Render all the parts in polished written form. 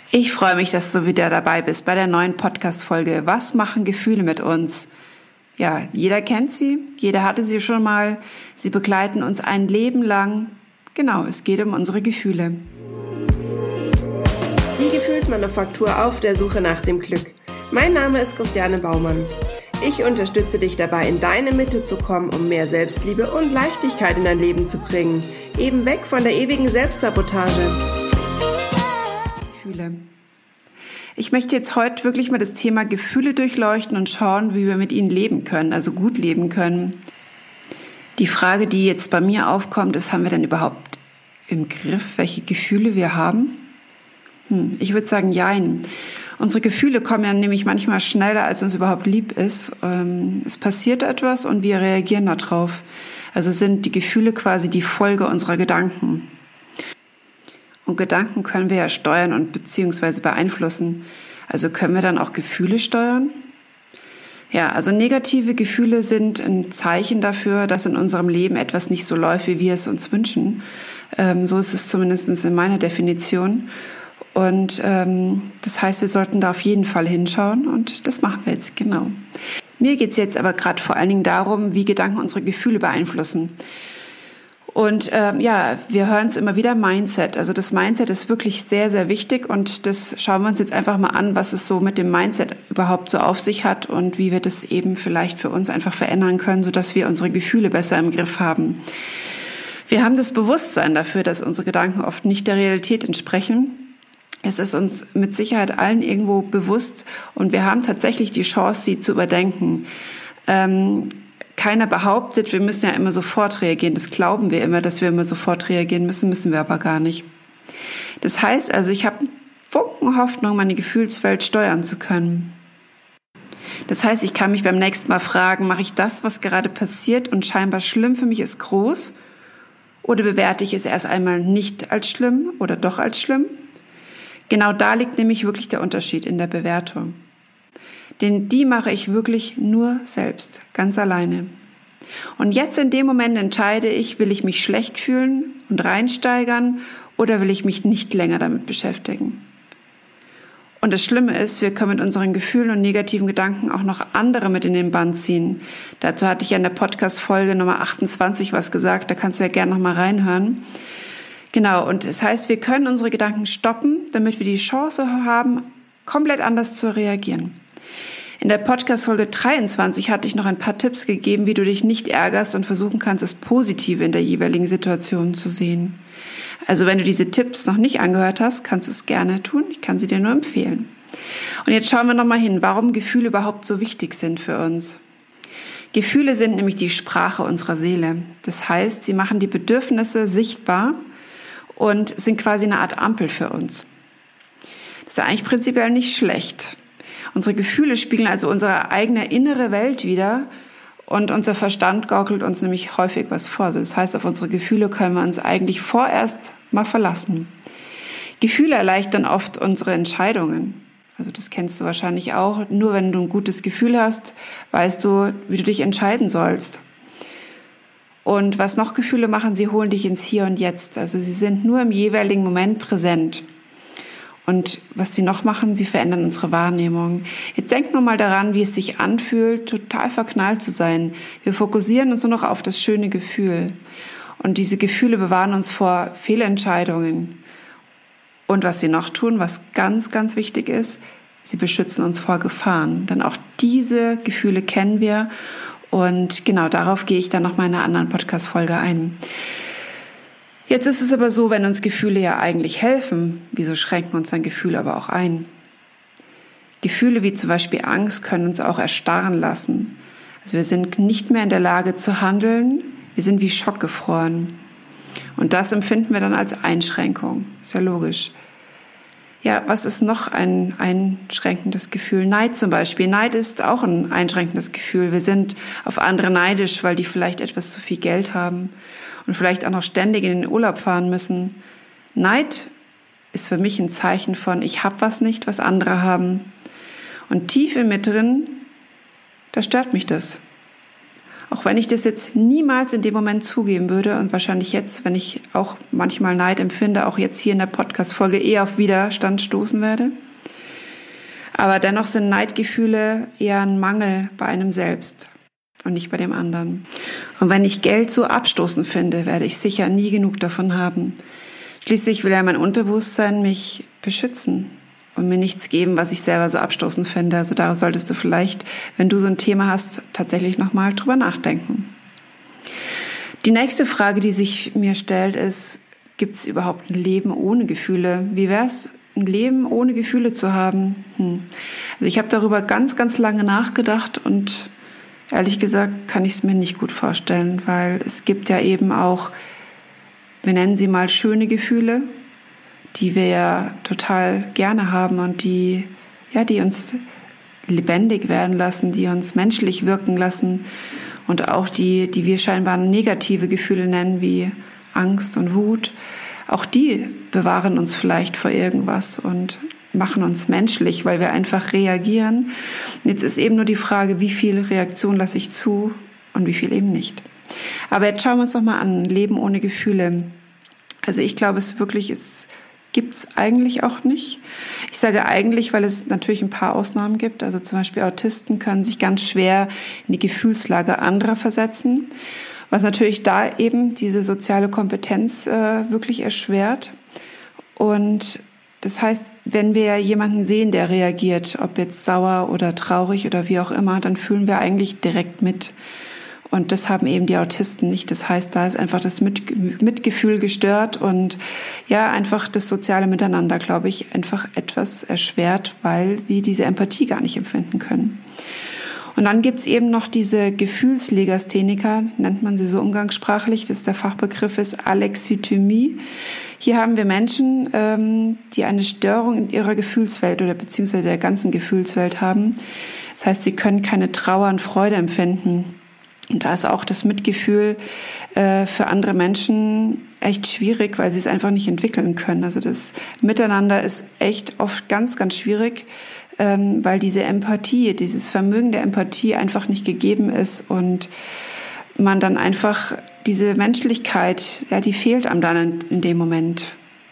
Ich freue mich, dass du wieder dabei bist bei der neuen Podcast-Folge Was machen Gefühle mit uns? Ja, jeder kennt sie, jeder hatte sie schon mal. Sie begleiten uns ein Leben lang. Genau, es geht um unsere Gefühle. Die Gefühlsmanufaktur auf der Suche nach dem Glück. Mein Name ist Christiane Baumann. Ich unterstütze dich dabei, in deine Mitte zu kommen, um mehr Selbstliebe und Leichtigkeit in dein Leben zu bringen. Eben weg von der ewigen Selbstsabotage. Gefühle. Ich möchte jetzt heute wirklich mal das Thema Gefühle durchleuchten und schauen, wie wir mit ihnen leben können, also gut leben können. Die Frage, die jetzt bei mir aufkommt, ist, haben wir denn überhaupt im Griff, welche Gefühle wir haben? Ich würde sagen, jein. Unsere Gefühle kommen ja nämlich manchmal schneller, als uns überhaupt lieb ist. Es passiert etwas und wir reagieren darauf. Also sind die Gefühle quasi die Folge unserer Gedanken. Und Gedanken können wir ja steuern und beziehungsweise beeinflussen. Also können wir dann auch Gefühle steuern? Ja, also negative Gefühle sind ein Zeichen dafür, dass in unserem Leben etwas nicht so läuft, wie wir es uns wünschen. So ist es zumindest in meiner Definition. Und das heißt, wir sollten da auf jeden Fall hinschauen und das machen wir jetzt genau. Mir geht es jetzt aber gerade vor allen Dingen darum, wie Gedanken unsere Gefühle beeinflussen. Und wir hören es immer wieder, Mindset. Also das Mindset ist wirklich sehr, sehr wichtig und das schauen wir uns jetzt einfach mal an, was es so mit dem Mindset überhaupt so auf sich hat und wie wir das eben vielleicht für uns einfach verändern können, sodass wir unsere Gefühle besser im Griff haben. Wir haben das Bewusstsein dafür, dass unsere Gedanken oft nicht der Realität entsprechen. Es ist uns mit Sicherheit allen irgendwo bewusst und wir haben tatsächlich die Chance, sie zu überdenken. Keiner behauptet, wir müssen ja immer sofort reagieren. Das glauben wir immer, dass wir immer sofort reagieren müssen, müssen wir aber gar nicht. Das heißt also, ich habe Funken Hoffnung, meine Gefühlswelt steuern zu können. Das heißt, ich kann mich beim nächsten Mal fragen, mache ich das, was gerade passiert und scheinbar schlimm für mich ist, groß? Oder bewerte ich es erst einmal nicht als schlimm oder doch als schlimm? Genau da liegt nämlich wirklich der Unterschied in der Bewertung. Denn die mache ich wirklich nur selbst, ganz alleine. Und jetzt in dem Moment entscheide ich, will ich mich schlecht fühlen und reinsteigern oder will ich mich nicht länger damit beschäftigen. Und das Schlimme ist, wir können mit unseren Gefühlen und negativen Gedanken auch noch andere mit in den Bann ziehen. Dazu hatte ich ja in der Podcast-Folge Nummer 28 was gesagt, da kannst du ja gerne noch mal reinhören. Genau, und das heißt, wir können unsere Gedanken stoppen, damit wir die Chance haben, komplett anders zu reagieren. In der Podcast-Folge 23 hatte ich noch ein paar Tipps gegeben, wie du dich nicht ärgerst und versuchen kannst, das Positive in der jeweiligen Situation zu sehen. Also wenn du diese Tipps noch nicht angehört hast, kannst du es gerne tun. Ich kann sie dir nur empfehlen. Und jetzt schauen wir nochmal hin, warum Gefühle überhaupt so wichtig sind für uns. Gefühle sind nämlich die Sprache unserer Seele. Das heißt, sie machen die Bedürfnisse sichtbar und sind quasi eine Art Ampel für uns. Das ist eigentlich prinzipiell nicht schlecht. Unsere Gefühle spiegeln also unsere eigene innere Welt wider und unser Verstand gaukelt uns nämlich häufig was vor. Das heißt, auf unsere Gefühle können wir uns eigentlich vorerst mal verlassen. Gefühle erleichtern oft unsere Entscheidungen. Also das kennst du wahrscheinlich auch. Nur wenn du ein gutes Gefühl hast, weißt du, wie du dich entscheiden sollst. Und was noch Gefühle machen, sie holen dich ins Hier und Jetzt. Also sie sind nur im jeweiligen Moment präsent. Und was sie noch machen, sie verändern unsere Wahrnehmung. Jetzt denk nur mal daran, wie es sich anfühlt, total verknallt zu sein. Wir fokussieren uns nur noch auf das schöne Gefühl. Und diese Gefühle bewahren uns vor Fehlentscheidungen. Und was sie noch tun, was ganz, ganz wichtig ist, sie beschützen uns vor Gefahren. Denn auch diese Gefühle kennen wir. Und genau darauf gehe ich dann noch mal in einer anderen Podcast-Folge ein. Jetzt ist es aber so, wenn uns Gefühle ja eigentlich helfen, wieso schränken uns dann Gefühle aber auch ein? Gefühle wie zum Beispiel Angst können uns auch erstarren lassen. Also wir sind nicht mehr in der Lage zu handeln, wir sind wie schockgefroren. Und das empfinden wir dann als Einschränkung, ist ja logisch. Ja, was ist noch ein einschränkendes Gefühl? Neid zum Beispiel. Neid ist auch ein einschränkendes Gefühl. Wir sind auf andere neidisch, weil die vielleicht etwas zu viel Geld haben und vielleicht auch noch ständig in den Urlaub fahren müssen. Neid ist für mich ein Zeichen von, ich habe was nicht, was andere haben. Und tief in mir drin, da stört mich das. Auch wenn ich das jetzt niemals in dem Moment zugeben würde und wahrscheinlich jetzt, wenn ich auch manchmal Neid empfinde, auch jetzt hier in der Podcast-Folge eher auf Widerstand stoßen werde. Aber dennoch sind Neidgefühle eher ein Mangel bei einem selbst und nicht bei dem anderen. Und wenn ich Geld so abstoßend finde, werde ich sicher nie genug davon haben. Schließlich will ja mein Unterbewusstsein mich beschützen und mir nichts geben, was ich selber so abstoßend finde. Also da solltest du vielleicht, wenn du so ein Thema hast, tatsächlich nochmal drüber nachdenken. Die nächste Frage, die sich mir stellt, ist, gibt es überhaupt ein Leben ohne Gefühle? Wie wäre es, ein Leben ohne Gefühle zu haben? Also ich habe darüber ganz, ganz lange nachgedacht und ehrlich gesagt kann ich es mir nicht gut vorstellen, weil es gibt ja eben auch, wir nennen sie mal schöne Gefühle, die wir ja total gerne haben und die uns lebendig werden lassen, die uns menschlich wirken lassen und auch die wir scheinbar negative Gefühle nennen, wie Angst und Wut. Auch die bewahren uns vielleicht vor irgendwas und machen uns menschlich, weil wir einfach reagieren. Jetzt ist eben nur die Frage, wie viel Reaktion lasse ich zu und wie viel eben nicht. Aber jetzt schauen wir uns doch mal an, Leben ohne Gefühle. Also ich glaube, gibt es eigentlich auch nicht. Ich sage eigentlich, weil es natürlich ein paar Ausnahmen gibt. Also zum Beispiel Autisten können sich ganz schwer in die Gefühlslage anderer versetzen, was natürlich da eben diese soziale Kompetenz wirklich erschwert. Und das heißt, wenn wir jemanden sehen, der reagiert, ob jetzt sauer oder traurig oder wie auch immer, dann fühlen wir eigentlich direkt mit. Und das haben eben die Autisten nicht. Das heißt, da ist einfach das Mitgefühl gestört und ja, einfach das soziale Miteinander, glaube ich, einfach etwas erschwert, weil sie diese Empathie gar nicht empfinden können. Und dann gibt's eben noch diese Gefühlslegastheniker, nennt man sie so umgangssprachlich, das ist der Fachbegriff ist Alexithymie. Hier haben wir Menschen, die eine Störung in ihrer Gefühlswelt oder beziehungsweise der ganzen Gefühlswelt haben. Das heißt, sie können keine Trauer und Freude empfinden. Und da ist auch das Mitgefühl für andere Menschen echt schwierig, weil sie es einfach nicht entwickeln können. Also das Miteinander ist echt oft ganz, ganz schwierig, weil diese Empathie, dieses Vermögen der Empathie einfach nicht gegeben ist und man dann einfach diese Menschlichkeit, ja, die fehlt einem dann in dem Moment.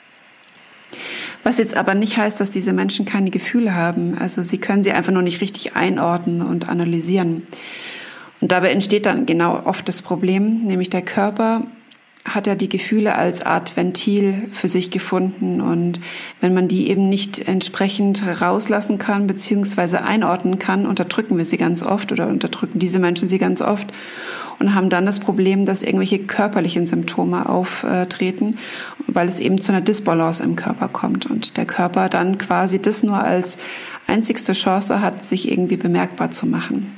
Was jetzt aber nicht heißt, dass diese Menschen keine Gefühle haben. Also sie können sie einfach nur nicht richtig einordnen und analysieren. Und dabei entsteht dann genau oft das Problem, nämlich der Körper hat ja die Gefühle als Art Ventil für sich gefunden und wenn man die eben nicht entsprechend rauslassen kann beziehungsweise einordnen kann, unterdrücken wir sie ganz oft oder unterdrücken diese Menschen sie ganz oft und haben dann das Problem, dass irgendwelche körperlichen Symptome auftreten, weil es eben zu einer Disbalance im Körper kommt und der Körper dann quasi das nur als einzigste Chance hat, sich irgendwie bemerkbar zu machen.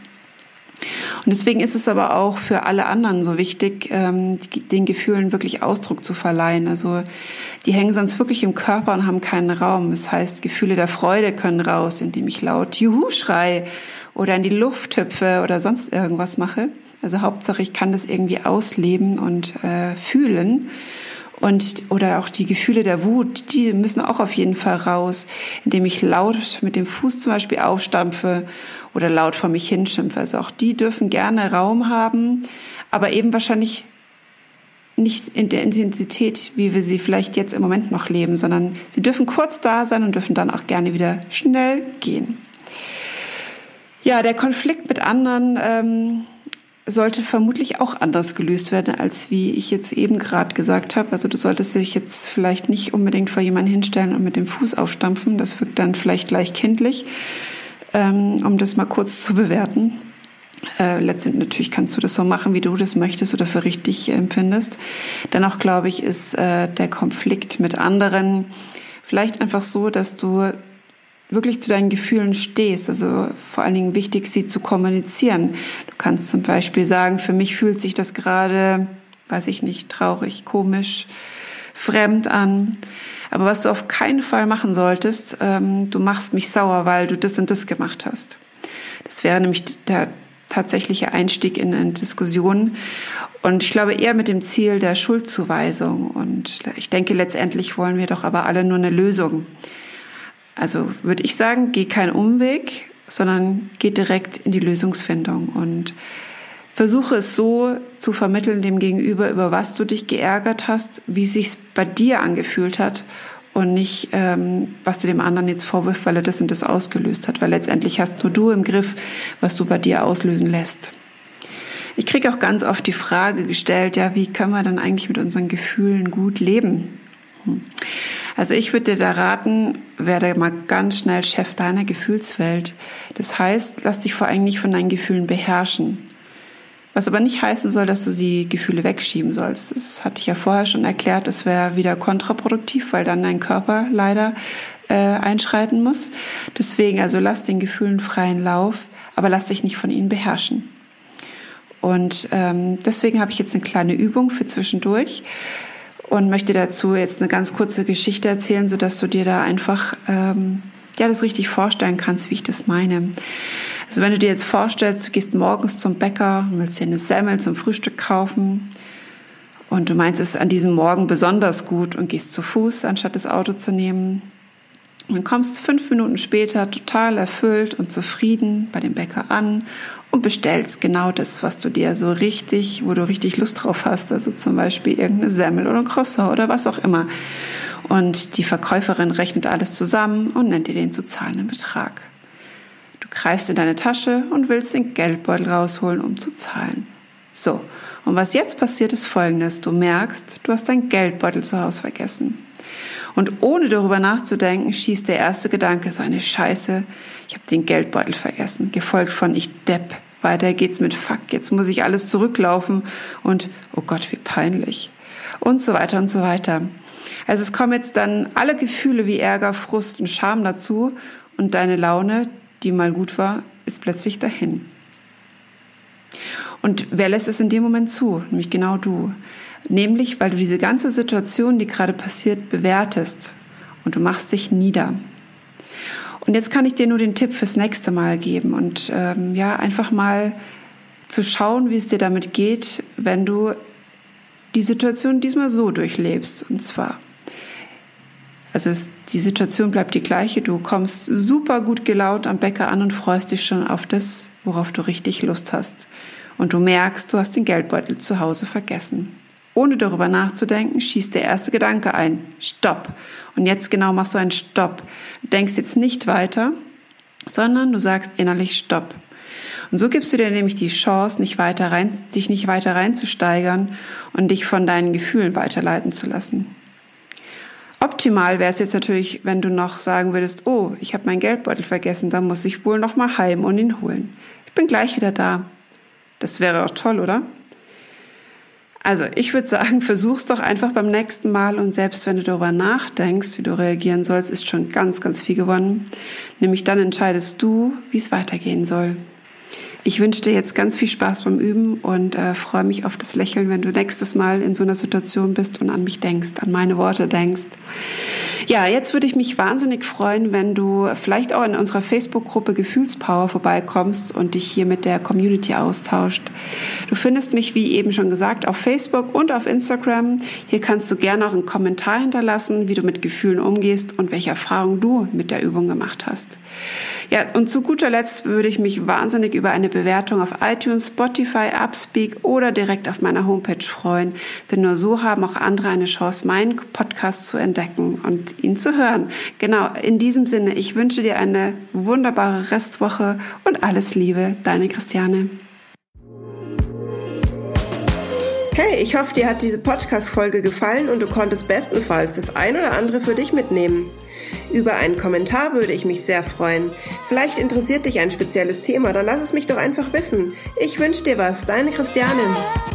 Und deswegen ist es aber auch für alle anderen so wichtig, den Gefühlen wirklich Ausdruck zu verleihen. Also die hängen sonst wirklich im Körper und haben keinen Raum. Das heißt, Gefühle der Freude können raus, indem ich laut Juhu schrei oder in die Luft hüpfe oder sonst irgendwas mache. Also Hauptsache, ich kann das irgendwie ausleben und fühlen. Oder auch die Gefühle der Wut, die müssen auch auf jeden Fall raus, indem ich laut mit dem Fuß zum Beispiel aufstampfe oder laut vor mich hinschimpfe. Also auch die dürfen gerne Raum haben, aber eben wahrscheinlich nicht in der Intensität, wie wir sie vielleicht jetzt im Moment noch leben, sondern sie dürfen kurz da sein und dürfen dann auch gerne wieder schnell gehen. Ja, der Konflikt mit anderen sollte vermutlich auch anders gelöst werden, als wie ich jetzt eben gerade gesagt habe. Also du solltest dich jetzt vielleicht nicht unbedingt vor jemanden hinstellen und mit dem Fuß aufstampfen. Das wirkt dann vielleicht gleich kindlich, um das mal kurz zu bewerten. Letztendlich natürlich kannst du das so machen, wie du das möchtest oder für richtig empfindest. Dennoch glaube ich, ist der Konflikt mit anderen vielleicht einfach so, dass du wirklich zu deinen Gefühlen stehst. Also vor allen Dingen wichtig, sie zu kommunizieren. Du kannst zum Beispiel sagen, für mich fühlt sich das gerade, weiß ich nicht, traurig, komisch, fremd an. Aber was du auf keinen Fall machen solltest, du machst mich sauer, weil du das und das gemacht hast. Das wäre nämlich der tatsächliche Einstieg in eine Diskussion. Und ich glaube eher mit dem Ziel der Schuldzuweisung. Und ich denke, letztendlich wollen wir doch aber alle nur eine Lösung. Also würde ich sagen, geh keinen Umweg, sondern geh direkt in die Lösungsfindung und Versuche es so zu vermitteln dem Gegenüber, über was du dich geärgert hast, wie es sich bei dir angefühlt hat und nicht, was du dem anderen jetzt vorwirfst, weil er das und das ausgelöst hat, weil letztendlich hast nur du im Griff, was du bei dir auslösen lässt. Ich kriege auch ganz oft die Frage gestellt, ja, wie können wir dann eigentlich mit unseren Gefühlen gut leben? Also ich würde dir da raten, werde mal ganz schnell Chef deiner Gefühlswelt. Das heißt, lass dich vor allem nicht von deinen Gefühlen beherrschen. Was aber nicht heißen soll, dass du die Gefühle wegschieben sollst. Das hatte ich ja vorher schon erklärt, das wäre wieder kontraproduktiv, weil dann dein Körper leider einschreiten muss. Deswegen, also lass den Gefühlen freien Lauf, aber lass dich nicht von ihnen beherrschen. Und deswegen habe ich jetzt eine kleine Übung für zwischendurch und möchte dazu jetzt eine ganz kurze Geschichte erzählen, sodass du dir da einfach das richtig vorstellen kannst, wie ich das meine. Also wenn du dir jetzt vorstellst, du gehst morgens zum Bäcker und willst dir eine Semmel zum Frühstück kaufen und du meinst es an diesem Morgen besonders gut und gehst zu Fuß, anstatt das Auto zu nehmen. Und dann kommst 5 Minuten später total erfüllt und zufrieden bei dem Bäcker an und bestellst genau das, was du dir so richtig, wo du richtig Lust drauf hast. Also zum Beispiel irgendeine Semmel oder ein Croissant oder was auch immer. Und die Verkäuferin rechnet alles zusammen und nennt dir den zu zahlenden Betrag. Du greifst in deine Tasche und willst den Geldbeutel rausholen, um zu zahlen. So, und was jetzt passiert, ist Folgendes. Du merkst, du hast deinen Geldbeutel zu Hause vergessen. Und ohne darüber nachzudenken, schießt der erste Gedanke, so eine Scheiße, ich habe den Geldbeutel vergessen, gefolgt von ich Depp. Weiter geht's mit Fuck, jetzt muss ich alles zurücklaufen und oh Gott, wie peinlich. Und so weiter und so weiter. Also es kommen jetzt dann alle Gefühle wie Ärger, Frust und Scham dazu und deine Laune, die mal gut war, ist plötzlich dahin. Und wer lässt es in dem Moment zu? Nämlich genau du. Nämlich, weil du diese ganze Situation, die gerade passiert, bewertest und du machst dich nieder. Und jetzt kann ich dir nur den Tipp fürs nächste Mal geben und einfach mal zu schauen, wie es dir damit geht, wenn du die Situation diesmal so durchlebst. Und zwar, die Situation bleibt die gleiche, du kommst super gut gelaunt am Bäcker an und freust dich schon auf das, worauf du richtig Lust hast. Und du merkst, du hast den Geldbeutel zu Hause vergessen. Ohne darüber nachzudenken, schießt der erste Gedanke ein. Stopp. Und jetzt genau machst du einen Stopp. Du denkst jetzt nicht weiter, sondern du sagst innerlich Stopp. Und so gibst du dir nämlich die Chance, dich nicht weiter reinzusteigern und dich von deinen Gefühlen weiterleiten zu lassen. Optimal wäre es jetzt natürlich, wenn du noch sagen würdest, oh, ich habe meinen Geldbeutel vergessen, dann muss ich wohl noch mal heim und ihn holen. Ich bin gleich wieder da. Das wäre doch toll, oder? Also ich würde sagen, versuch's doch einfach beim nächsten Mal und selbst wenn du darüber nachdenkst, wie du reagieren sollst, ist schon ganz, ganz viel gewonnen. Nämlich dann entscheidest du, wie es weitergehen soll. Ich wünsche dir jetzt ganz viel Spaß beim Üben und freue mich auf das Lächeln, wenn du nächstes Mal in so einer Situation bist und an mich denkst, an meine Worte denkst. Ja, jetzt würde ich mich wahnsinnig freuen, wenn du vielleicht auch in unserer Facebook-Gruppe Gefühlspower vorbeikommst und dich hier mit der Community austauscht. Du findest mich, wie eben schon gesagt, auf Facebook und auf Instagram. Hier kannst du gerne auch einen Kommentar hinterlassen, wie du mit Gefühlen umgehst und welche Erfahrungen du mit der Übung gemacht hast. Ja, und zu guter Letzt würde ich mich wahnsinnig über eine Bewertung auf iTunes, Spotify, Upspeak oder direkt auf meiner Homepage freuen, denn nur so haben auch andere eine Chance, meinen Podcast zu entdecken und ihn zu hören. Genau, in diesem Sinne, ich wünsche dir eine wunderbare Restwoche und alles Liebe, deine Christiane. Hey, ich hoffe, dir hat diese Podcast-Folge gefallen und du konntest bestenfalls das ein oder andere für dich mitnehmen. Über einen Kommentar würde ich mich sehr freuen. Vielleicht interessiert dich ein spezielles Thema, dann lass es mich doch einfach wissen. Ich wünsche dir was, deine Christiane.